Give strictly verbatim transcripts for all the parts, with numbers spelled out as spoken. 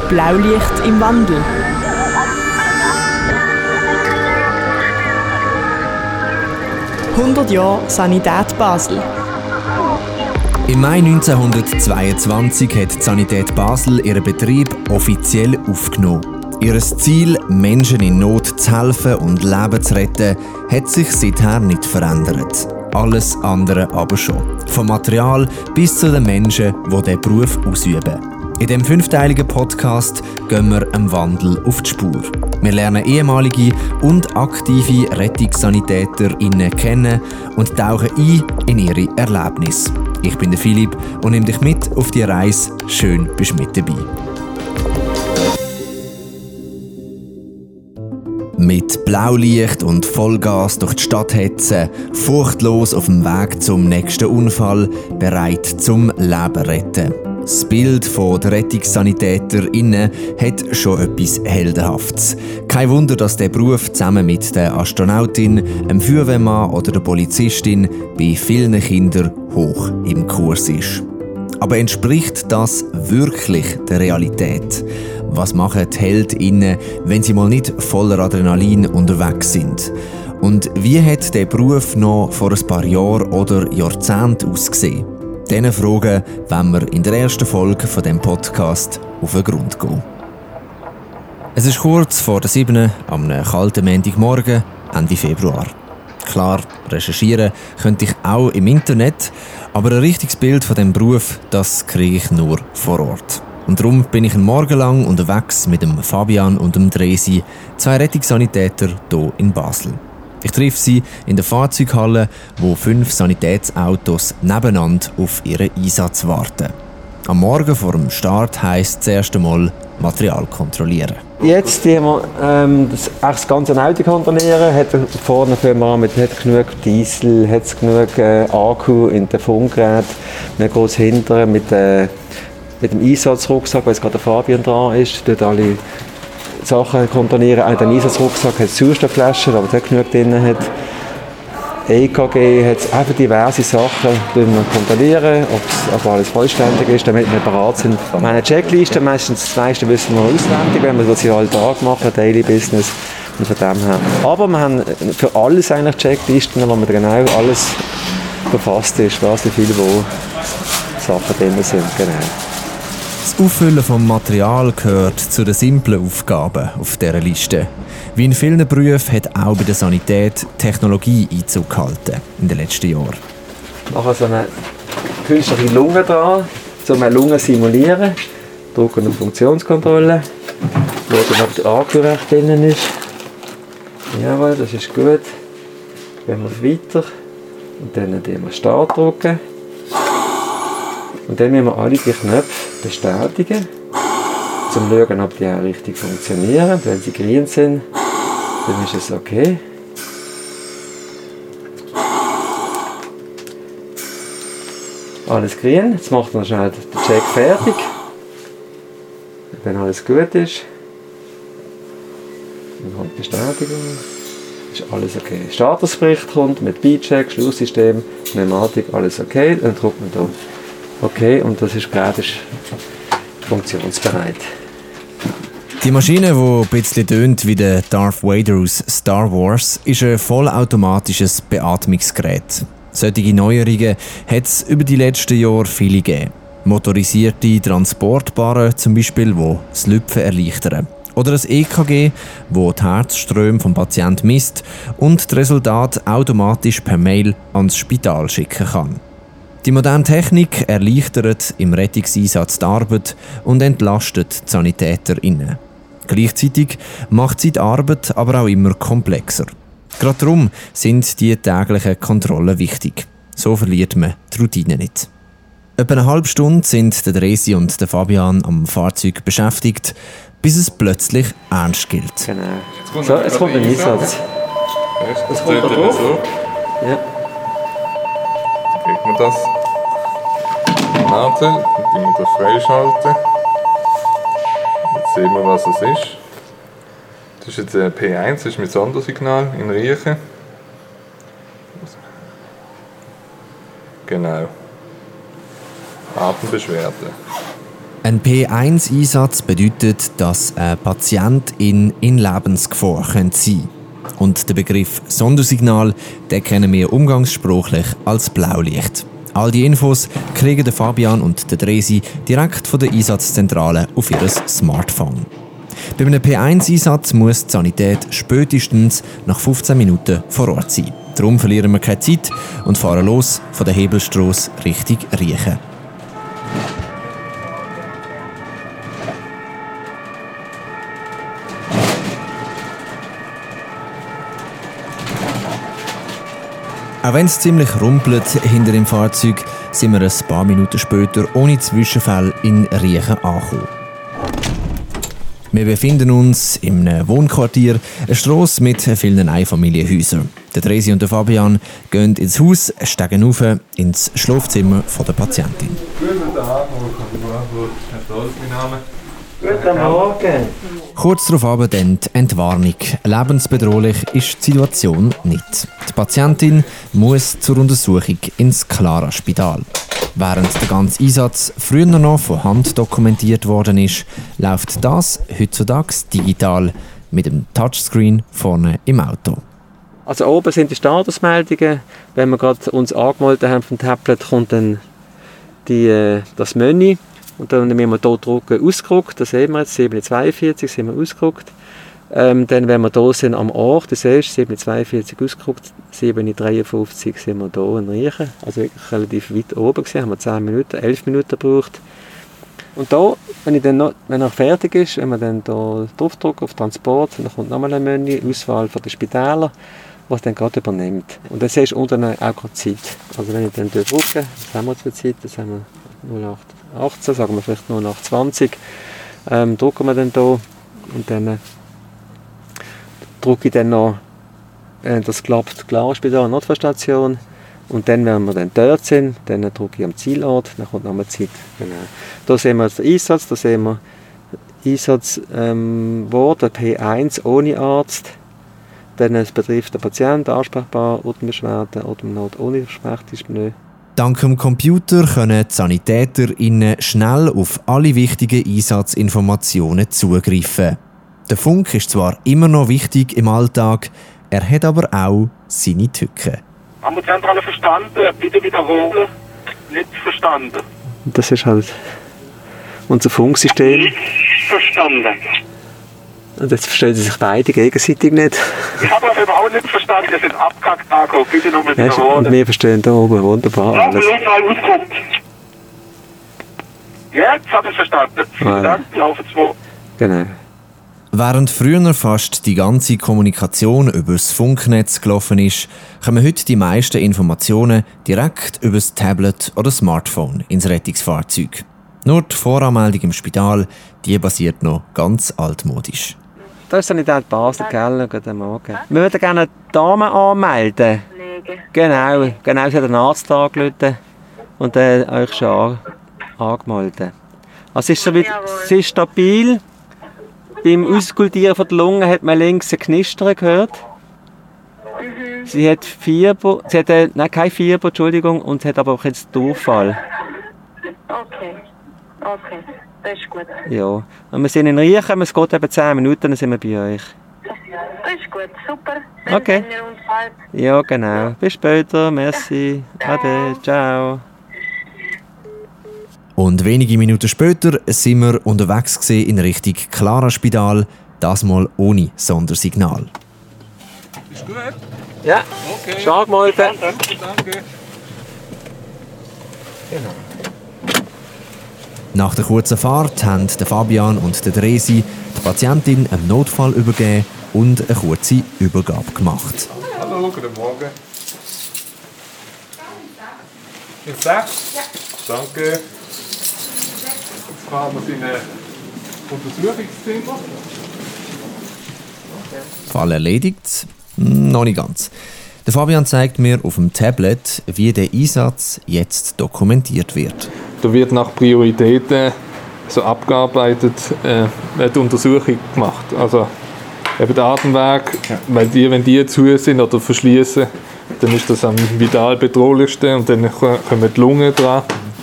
Blaulicht im Wandel. hundert Jahre Sanität Basel. Im Mai neunzehnhundertzweiundzwanzig hat die Sanität Basel ihren Betrieb offiziell aufgenommen. Ihr Ziel, Menschen in Not zu helfen und Leben zu retten, hat sich seither nicht verändert. Alles andere aber schon. Vom Material bis zu den Menschen, die diesen Beruf ausüben. In diesem fünfteiligen Podcast gehen wir einem Wandel auf die Spur. Wir lernen ehemalige und aktive RettungssanitäterInnen kennen und tauchen ein in ihre Erlebnisse. Ich bin der Philipp und nehme dich mit auf die Reise. Schön, bist du mit dabei. Mit Blaulicht und Vollgas durch die Stadt hetzen, furchtlos auf dem Weg zum nächsten Unfall, bereit zum Leben retten. Das Bild der RettungssanitäterInnen hat schon etwas Heldenhaftes. Kein Wunder, dass der Beruf zusammen mit der Astronautin, dem Feuerwehrmann oder der Polizistin bei vielen Kindern hoch im Kurs ist. Aber entspricht das wirklich der Realität? Was machen die HeldInnen, wenn sie mal nicht voller Adrenalin unterwegs sind? Und wie hat der Beruf noch vor ein paar Jahren oder Jahrzehnten ausgesehen? Diesen Fragen wollen wir in der ersten Folge von diesem Podcast auf den Grund gehen. Es ist kurz vor der sieben am kalten Montagmorgen, Ende Februar. Klar, recherchieren könnte ich auch im Internet, aber ein richtiges Bild von diesem Beruf, das kriege ich nur vor Ort. Und darum bin ich einen Morgen lang unterwegs mit dem Fabian und dem Dresi, zwei Rettungssanitäter hier in Basel. Ich treffe sie in der Fahrzeughalle, wo fünf Sanitätsautos nebeneinander auf ihren Einsatz warten. Am Morgen vor dem Start heisst das erste Mal Material kontrollieren. Jetzt die wir, ähm, das, das ganze Auto kontrollieren. Hat vorne fangen wir an mit hat genug Diesel, hat es genug äh, Akku in den Funkgerät, nicht groß hinten mit, äh, mit dem Einsatzrucksack, weil jetzt gerade der Fabian dran ist, dort alle Sachen kontrollieren. Auch der Einsatzrucksack hat Sauerstoffflaschen, aber es genug drin hat. E K G hat einfach diverse Sachen, die wir kontrollieren, ob alles vollständig ist, damit wir bereit sind. Wir haben eine Checkliste, meistens das meiste wissen wir auswendig, wenn wir das hier alle Tag machen, Daily Business. Und von dem her. Aber wir haben für alles eigentlich Checklisten, wo wir genau alles befasst ist, was wie viele wo Sachen drin sind. Genau. Das Auffüllen des Material gehört zu den simplen Aufgaben auf dieser Liste. Wie in vielen Berufen hat auch bei der Sanität Technologie Einzug gehalten in den letzten Jahren. Wir machen so eine künstliche Lunge dran, um eine Lunge zu simulieren. Drücken auf Funktionskontrolle. Schauen, ob der Akku recht drin ist. Jawohl, das ist gut. Gehen wir weiter. Und dann drücken wir Start drücken. Und dann müssen wir alle die Knöpfe bestätigen, um zu schauen, ob die auch richtig funktionieren. Wenn sie grün sind, dann ist es okay. Alles grün. Jetzt macht man schnell den Check fertig. Wenn alles gut ist, dann kommt die Bestätigung. Ist alles okay. Statusbericht kommt mit B-Check, Schlusssystem, Pneumatik, alles okay. Dann drückt man hier okay, und das ist gerade funktionsbereit. Die Maschine, die ein bisschen tönt wie der Darth Vader aus Star Wars, ist ein vollautomatisches Beatmungsgerät. Solche Neuerungen hat es über die letzten Jahre viele gegeben. Motorisierte Transportbahnen zum Beispiel, die das Lüpfen erleichtern. Oder ein E K G, das die Herzströme des Patienten misst und das Resultat automatisch per Mail ans Spital schicken kann. Die moderne Technik erleichtert im Rettungseinsatz die Arbeit und entlastet die SanitäterInnen. Gleichzeitig macht sie die Arbeit aber auch immer komplexer. Gerade darum sind die täglichen Kontrollen wichtig. So verliert man die Routine nicht. Etwa eine halbe Stunde sind der Dresi und der Fabian am Fahrzeug beschäftigt, bis es plötzlich ernst gilt. Genau. So, jetzt kommt ein Einsatz. Das kommt da drauf. Ja. Kriegt man das? Nadel, und die wir freischalten. Jetzt sehen wir, was es ist. Das ist jetzt ein P eins, das ist mit Sondersignal in Riechen. Genau. Atembeschwerden. Ein P eins Einsatz bedeutet, dass ein Patient in, in Lebensgefahr sein könnte. Und den Begriff Sondersignal, den kennen wir umgangssprachlich als Blaulicht. All die Infos kriegen der Fabian und der Dresi direkt von der Einsatzzentrale auf ihr Smartphone. Bei einem P eins Einsatz muss die Sanität spätestens nach fünfzehn Minuten vor Ort sein. Darum verlieren wir keine Zeit und fahren los von der Hebelstrasse Richtung Riechen. Auch wenn es ziemlich rumpelt hinter dem Fahrzeug, sind wir ein paar Minuten später ohne Zwischenfälle in Riechen angekommen. Wir befinden uns in einem Wohnquartier, eine Strasse mit vielen Einfamilienhäusern. Der Dresi und der Fabian gehen ins Haus, steigen rauf ins Schlafzimmer der Patientin. Guten Tag, wo ist mein Name? Guten Morgen. Kurz darauf dann die Entwarnung. Lebensbedrohlich ist die Situation nicht. Die Patientin muss zur Untersuchung ins Clara-Spital. Während der ganze Einsatz früher noch von Hand dokumentiert worden ist, läuft das heutzutage digital mit dem Touchscreen vorne im Auto. Also oben sind die Statusmeldungen. Wenn wir gerade uns angemeldet haben vom Tablet, kommt dann die, das Menü. Und dann, wenn wir hier drücken, ausgedruckt, das sehen wir jetzt, sieben zweiundvierzig sind wir ausgedruckt. Ähm, dann, wenn wir hier sind am Ort, das ist sieben zweiundvierzig ausgedruckt, sieben dreiundfünfzig sind wir hier in Riechen. Also wirklich relativ weit oben gewesen, haben wir zehn Minuten, elf Minuten gebraucht. Und da, wenn, ich dann noch, wenn er fertig ist, wenn wir dann hier draufdrücken auf Transport, dann kommt nochmal ein Menü, Auswahl von den Spitälern, was dann gerade übernimmt. Und dann siehst du unten auch gerade Zeit. Also wenn ich dann hier drücke, was haben wir für Zeit? Das haben wir null acht achtzehn, sagen wir vielleicht null acht zwanzig. Ähm, drücken wir dann hier und dann äh, drücke ich dann noch äh, das klappt Clara-Spital, Notfallstation. Und dann, wenn wir dann dort sind, dann drücke ich am Zielort, dann kommt nochmal Zeit. Genau. Da sehen wir den Einsatz, da sehen wir Einsatz ähm, Wort, P eins ohne Arzt. Dann es betrifft den Patienten, ansprechbar, Atembeschwerden, Atemnot ohne Sprechdispnoe. Dank dem Computer können die SanitäterInnen schnell auf alle wichtigen Einsatzinformationen zugreifen. Der Funk ist zwar immer noch wichtig im Alltag, er hat aber auch seine Tücken. Haben Sie alle verstanden? Bitte wiederholen. Nicht verstanden. Das ist halt unser Funksystem. Nicht verstanden. Und jetzt verstehen sie sich beide gegenseitig nicht. Ich habe aber überhaupt nicht verstanden, das ist abgehackt angekommen. Bitte nochmal Ja, wiederholen. und wir verstehen da oben wunderbar Ja, alles. mal ausguckt. Jetzt habe ich verstanden. Vielen Ah, ja. Dank, laufen zwei. Genau. Während früher fast die ganze Kommunikation über das Funknetz gelaufen ist, kommen heute die meisten Informationen direkt über das Tablet oder Smartphone ins Rettungsfahrzeug. Nur die Voranmeldung im Spital, die basiert noch ganz altmodisch. Da ist Sanität Basel, gell? Guten Morgen. Wir würden gerne eine Dame anmelden. Genau, genau, sie hat einen Arzt angerufen und äh, euch schon an, angemeldet. Also es ist, so wie, sie ist stabil. Beim Auskultieren von der Lunge hat man links ein Knistern gehört. Mhm. Sie hat Fieber, sie hat äh, nein, kein Fieber, Entschuldigung, und sie hat aber auch jetzt Durchfall. Okay, okay, das ist gut. Ja, und wir sind in Riechen, es geht etwa zehn Minuten, dann sind wir bei euch. Das ist gut, super. Dann Okay. sehen wir uns bald. Ja, genau. Bis später, merci. Ade, ciao. Und wenige Minuten später sind wir unterwegs gewesen in Richtung Clara-Spital, das mal ohne Sondersignal. Ist gut? Ja, Okay. schon angemeldet. Danke. Nach der kurzen Fahrt haben der Fabian und der Dresi die Patientin einem Notfall übergeben und eine kurze Übergabe gemacht. Hallo, guten Morgen. Ist das? Ja. Danke. Jetzt fahren wir in ein Untersuchungszimmer. Fall erledigt? Hm, noch nicht ganz. Der Fabian zeigt mir auf dem Tablet, wie der Einsatz jetzt dokumentiert wird. Da wird nach Prioritäten so abgearbeitet, äh, wird die Untersuchung gemacht. Also eben der Atemweg, weil die, wenn die zu sind oder verschließen, dann ist das am vital bedrohlichsten und dann kommen die Lungen dran.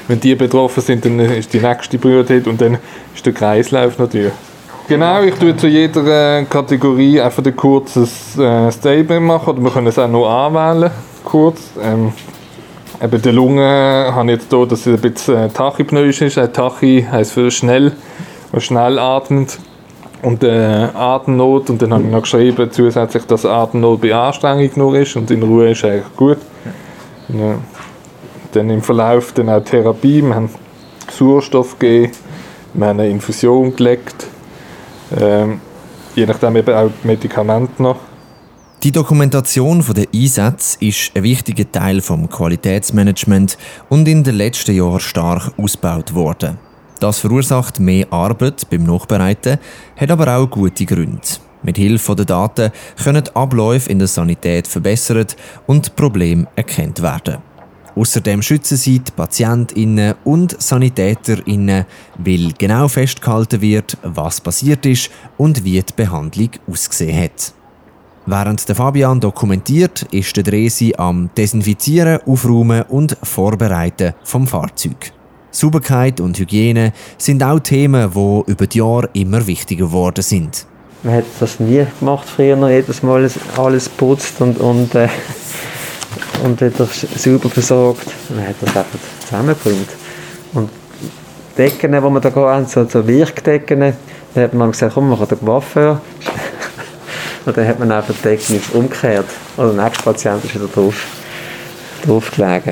wenn die betroffen sind, dann ist die nächste Priorität und dann ist der Kreislauf natürlich. Genau, ich tue zu jeder äh, Kategorie einfach ein kurzes äh, Statement machen, oder wir können es auch noch anwählen, kurz. Ähm, eben die Lunge habe ich jetzt hier, dass es ein bisschen äh, tachypnoisch ist. Äh, Tachy heisst für schnell, schnell atmend. Und äh, Atemnot, und dann habe ich noch geschrieben zusätzlich, dass Atemnot bei Anstrengung nur ist und in Ruhe ist eigentlich gut. Ja. Dann im Verlauf dann auch Therapie, wir haben Sauerstoff gegeben, wir haben eine Infusion gelegt, ähm, je nachdem eben auch Medikamente noch. Die Dokumentation der Einsätze ist ein wichtiger Teil des Qualitätsmanagements und in den letzten Jahren stark ausgebaut worden. Das verursacht mehr Arbeit beim Nachbereiten, hat aber auch gute Gründe. Mit Hilfe der Daten können die Abläufe in der Sanität verbessert und Probleme erkannt werden. Außerdem schützen sie die PatientInnen und SanitäterInnen, weil genau festgehalten wird, was passiert ist und wie die Behandlung ausgesehen hat. Während der Fabian dokumentiert, ist der Dresi am Desinfizieren, Aufräumen und Vorbereiten vom Fahrzeug. Sauberkeit und Hygiene sind auch Themen, die über die Jahre immer wichtiger geworden sind. Man hat das nie gemacht früher, noch jedes Mal alles putzt und, und, äh, und wieder sauber versorgt. Man hat das einfach zusammengebracht. Und Decken, die wir da hatten, so, so Weichdecken, da hat man gesagt, komm, wir machen den Waffe. Und dann hat man einfach die Decken umgekehrt. Und der nächste Patient ist wieder drauf, drauf gelegen.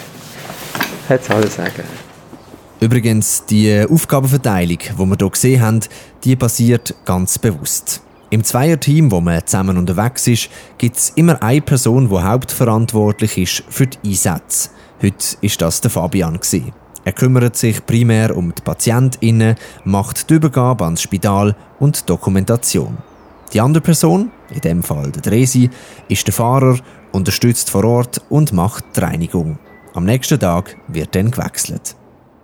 Hat es alles sagen. Übrigens, die Aufgabenverteilung, die wir hier gesehen haben, die passiert ganz bewusst. Im Zweierteam, wo man zusammen unterwegs ist, gibt es immer eine Person, die hauptverantwortlich ist für die Einsätze. Heute war das der Fabian. Er kümmert sich primär um die PatientInnen, macht die Übergabe ans Spital und die Dokumentation. Die andere Person, in dem Fall der Dresi, ist der Fahrer, unterstützt vor Ort und macht die Reinigung. Am nächsten Tag wird dann gewechselt.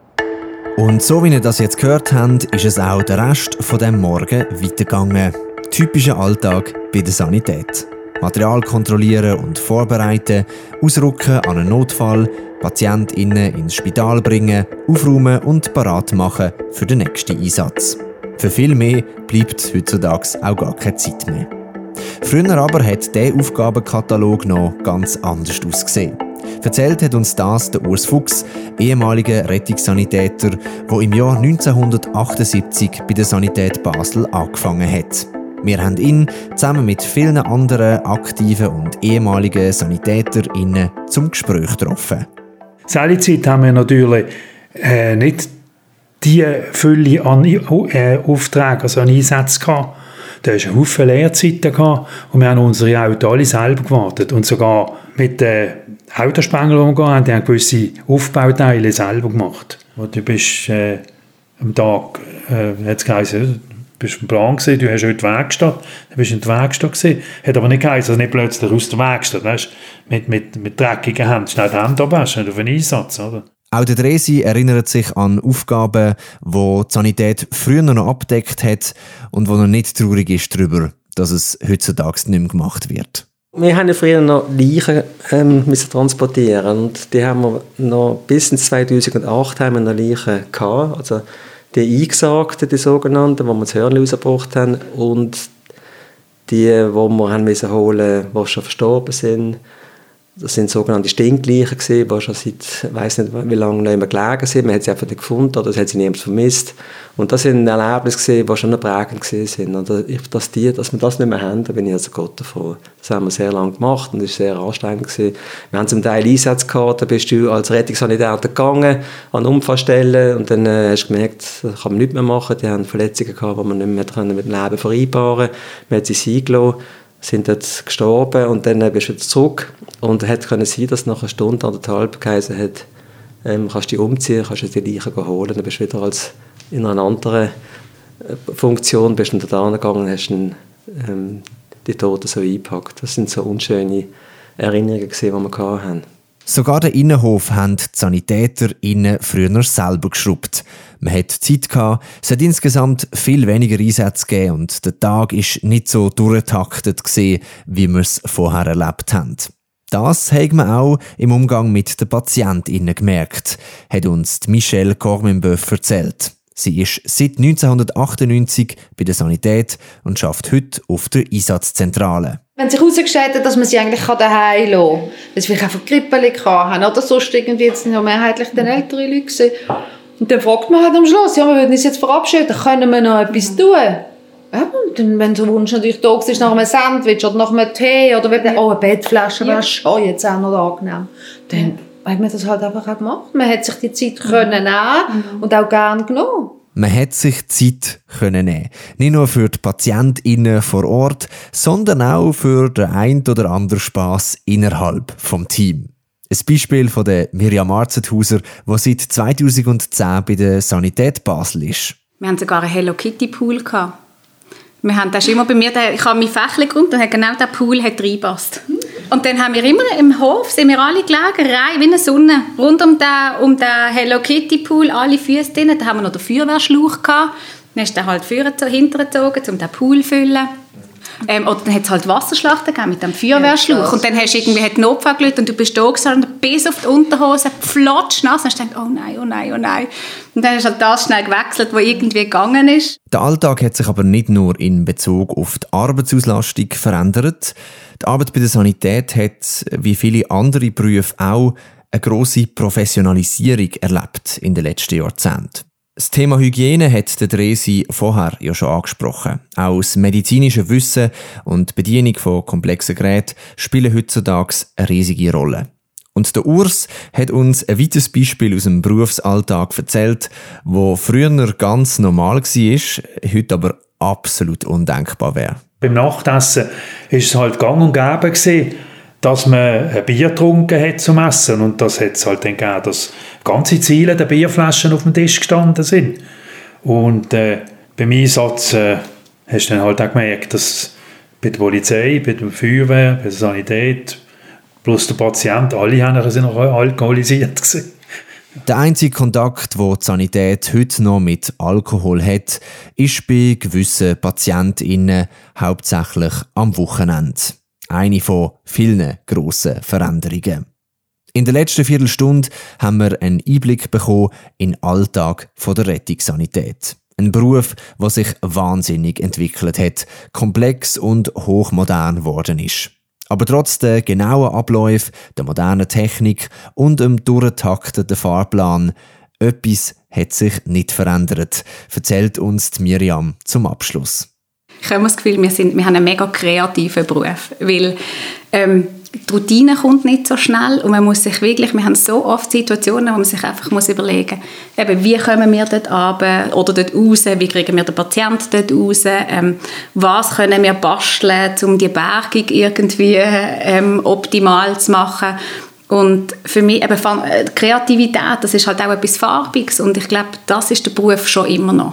Und so wie ihr das jetzt gehört habt, ist es auch der Rest von dem Morgen weitergegangen. Typischer Alltag bei der Sanität. Material kontrollieren und vorbereiten, ausrücken an einen Notfall, PatientInnen ins Spital bringen, aufräumen und parat machen für den nächsten Einsatz. Für viel mehr bleibt heutzutage auch gar keine Zeit mehr. Früher aber hat dieser Aufgabenkatalog noch ganz anders ausgesehen. Erzählt hat uns das der Urs Fuchs, ehemaliger Rettungssanitäter, der im Jahr neunzehnhundertachtundsiebzig bei der Sanität Basel angefangen hat. Wir haben ihn zusammen mit vielen anderen aktiven und ehemaligen SanitäterInnen zum Gespräch getroffen. Seinerzeit haben wir natürlich äh, nicht die Fülle an äh, Aufträgen, also an Einsätzen gehabt. Da hatte es einen Haufen Leerzeiten gehabt und wir haben unsere Autos alle selber gewartet. Und sogar mit den Autospenglern, die wir haben, die haben gewisse Aufbauteile selber gemacht. Und du bist äh, am Tag, äh, hat es geheißen, du bist im Plan gewesen, du hast heute die Werkstatt, du bist in der Werkstatt gewesen. Hat aber nicht geheißen, also nicht plötzlich aus der Werkstatt, weißt, mit, mit, mit dreckigen Händen, schnell die Hände abwaschen, auf einen Einsatz, oder? Auch der Dresi erinnert sich an Aufgaben, die die Sanität früher noch abdeckt hat und wo er nicht traurig ist darüber, dass es heutzutage nicht mehr gemacht wird. Wir haben ja früher noch Leichen ähm, müssen transportieren und die haben wir noch bis ins zweitausendacht haben wir noch Leichen gehabt, also die Eingesagten, die sogenannten, wo wir das Hirn rausgebracht haben und die, die wir haben müssen holen, die schon verstorben sind. Das sind sogenannte Stinkleichen gewesen, die schon seit, ich weiss nicht wie lange, noch immer gelegen sind. Man hat sie einfach nicht gefunden oder es hat sie niemand vermisst. Und das sind Erlebnisse gewesen, die schon noch prägend waren. Und dass, die, dass wir das nicht mehr haben, da bin ich also Gott davor. Das haben wir sehr lange gemacht und das war sehr anstrengend gewesen. Wir haben zum Teil Einsätze gehabt, da bist du als Rettungssanitäter gegangen an Unfallstellen und dann äh, hast du gemerkt, das kann man nicht mehr machen. Die haben Verletzungen gehabt, die man nicht mehr mit dem Leben vereinbaren konnte. Man hat sie sein gelassen, sind dort gestorben und dann bist du wieder zurück. Und es konnte sein, dass nach einer Stunde, anderthalb geheißen hat, ähm, kannst du dich umziehen, kannst du die Leichen holen, dann bist du wieder als in einer anderen Funktion bist du da gegangen und hast dann, ähm, die Toten so eingepackt. Das sind so unschöne Erinnerungen, die wir hatten. Sogar den Innenhof haben die SanitäterInnen früher selber geschrubbt. Man hatte Zeit gehabt, es hat insgesamt viel weniger Einsätze gegeben und der Tag war nicht so durchgetaktet, wie wir es vorher erlebt haben. Das haben wir auch im Umgang mit den PatientInnen gemerkt, hat uns Michelle Corminboeuf erzählt. Sie ist seit neunzehnhundertachtundneunzig bei der Sanität und arbeitet heute auf der Einsatzzentrale. Wenn sich herausgestellt hat, dass man sie eigentlich daheim lassen kann, weil sie vielleicht einfach Grippeli hatten oder sonst irgendwie jetzt noch mehrheitlich den älteren Leuten gewesen. Und dann fragt man halt am Schluss, ja, wir würden uns jetzt verabschieden, können wir noch etwas tun? Ja, und dann, wenn der Wunsch natürlich da ist, nach einem Sandwich oder nach einem Tee oder wenn oh, eine Bettflasche wäre ja. schon jetzt auch noch angenehm, dann hat man das halt einfach auch gemacht. Man hat sich die Zeit können nehmen mhm. und auch gerne genommen. Man hat sich Zeit können nehmen. Nicht nur für die PatientInnen vor Ort, sondern auch für den ein oder anderen Spass innerhalb des Teams. Ein Beispiel von der Miriam Arzenhauser, die seit zweitausendzehn bei der Sanität Basel ist. Wir hatten sogar einen Hello Kitty Pool. Wir haben das immer bei mir, ich habe mein Fächchen geräumt und genau dieser Pool hat reingepasst. Und dann haben wir immer im Hof, sind wir alle gelegen, rein wie eine Sonne, rund um den, um den Hello Kitty Pool, alle Füße drin. Dann haben wir noch den Feuerwehrschlauch gehabt. Dann ist der halt hintergezogen, um den Pool zu füllen. Ähm, oder dann hat es halt Wasserschlachten gegeben mit dem Feuerwehrschlauch. Ja, und dann hast du irgendwie den Notfall gelöst und du bist da gesessen und bis auf die Unterhose flotsch nass. Und dann hast du gedacht, oh nein, oh nein, oh nein. Und dann hast du halt das schnell gewechselt, was irgendwie gegangen ist. Der Alltag hat sich aber nicht nur in Bezug auf die Arbeitsauslastung verändert. Die Arbeit bei der Sanität hat, wie viele andere Berufe auch, eine grosse Professionalisierung erlebt in den letzten Jahrzehnten. Das Thema Hygiene hat der Dresi vorher ja schon angesprochen. Auch das medizinische Wissen und die Bedienung von komplexen Geräten spielen heutzutage eine riesige Rolle. Und der Urs hat uns ein weiteres Beispiel aus dem Berufsalltag erzählt, wo früher ganz normal war, heute aber absolut undenkbar wäre. Beim Nachtessen war es halt gang und gäbe gewesen, dass man ein Bier getrunken hat zum Essen. Und das hat es halt dann gegeben, dass ganze Ziele der Bierflaschen auf dem Tisch gestanden sind. Und äh, beim Einsatz äh, hast du dann halt auch gemerkt, dass bei der Polizei, bei der Feuerwehr, bei der Sanität, plus der Patient, alle haben sind noch alkoholisiert gewesen. Der einzige Kontakt, den die Sanität heute noch mit Alkohol hat, ist bei gewissen PatientInnen hauptsächlich am Wochenende. Eine von vielen grossen Veränderungen. In der letzten Viertelstunde haben wir einen Einblick bekommen in den Alltag der Rettungssanität. Ein Beruf, der sich wahnsinnig entwickelt hat, komplex und hochmodern geworden ist. Aber trotz der genauen Abläufe, der modernen Technik und dem durchgetakteten Fahrplan, etwas hat sich nicht verändert, erzählt uns Miriam zum Abschluss. Ich habe das Gefühl, wir, sind, wir haben einen mega kreativen Beruf, weil ähm, die Routine kommt nicht so schnell und man muss sich wirklich, wir haben so oft Situationen, wo man sich einfach muss überlegen muss, wie kommen wir dort runter oder dort raus, wie kriegen wir den Patienten dort raus, ähm, was können wir basteln, um die Bergung irgendwie ähm, optimal zu machen. Und für mich eben Kreativität, das ist halt auch etwas Farbiges und ich glaube, das ist der Beruf schon immer noch.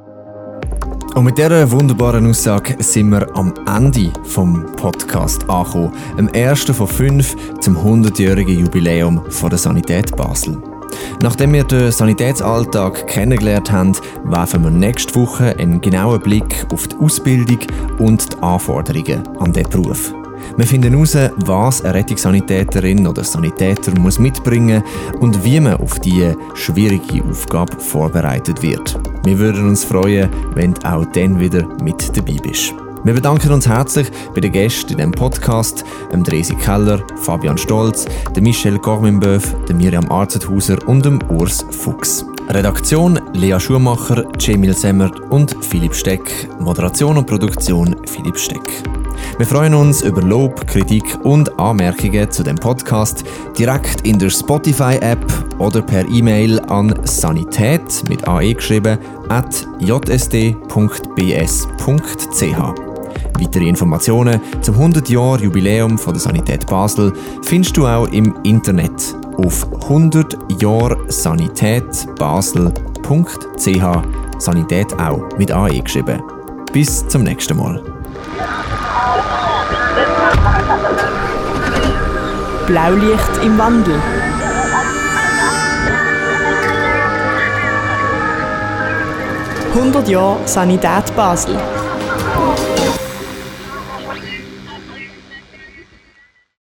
Und mit dieser wunderbaren Aussage sind wir am Ende vom Podcast angekommen. Am ersten von fünf zum hundertjährigen Jubiläum von der Sanität Basel. Nachdem wir den Sanitätsalltag kennengelernt haben, werfen wir nächste Woche einen genauen Blick auf die Ausbildung und die Anforderungen an diesen Beruf. Wir finden heraus, was eine Rettungssanitäterin oder Sanitäter muss mitbringen und wie man auf diese schwierige Aufgabe vorbereitet wird. Wir würden uns freuen, wenn du auch dann wieder mit dabei bist. Wir bedanken uns herzlich bei den Gästen in diesem Podcast, dem Dresi Keller, Fabian Stolz, der Michelle Corminboeuf, der Miriam Arzenhauser und dem Urs Fuchs. Redaktion Lea Schumacher, Cemil Semmert und Philipp Steck. Moderation und Produktion Philipp Steck. Wir freuen uns über Lob, Kritik und Anmerkungen zu dem Podcast direkt in der Spotify-App oder per E-Mail an sanität mit ae geschrieben at j s d punkt b s punkt c h. Weitere Informationen zum hundert Jahr Jubiläum von der Sanität Basel findest du auch im Internet auf hundert jahr sanität basel punkt c h. Sanität auch mit ae geschrieben. Bis zum nächsten Mal. Blaulicht im Wandel. hundert Jahre Sanität Basel.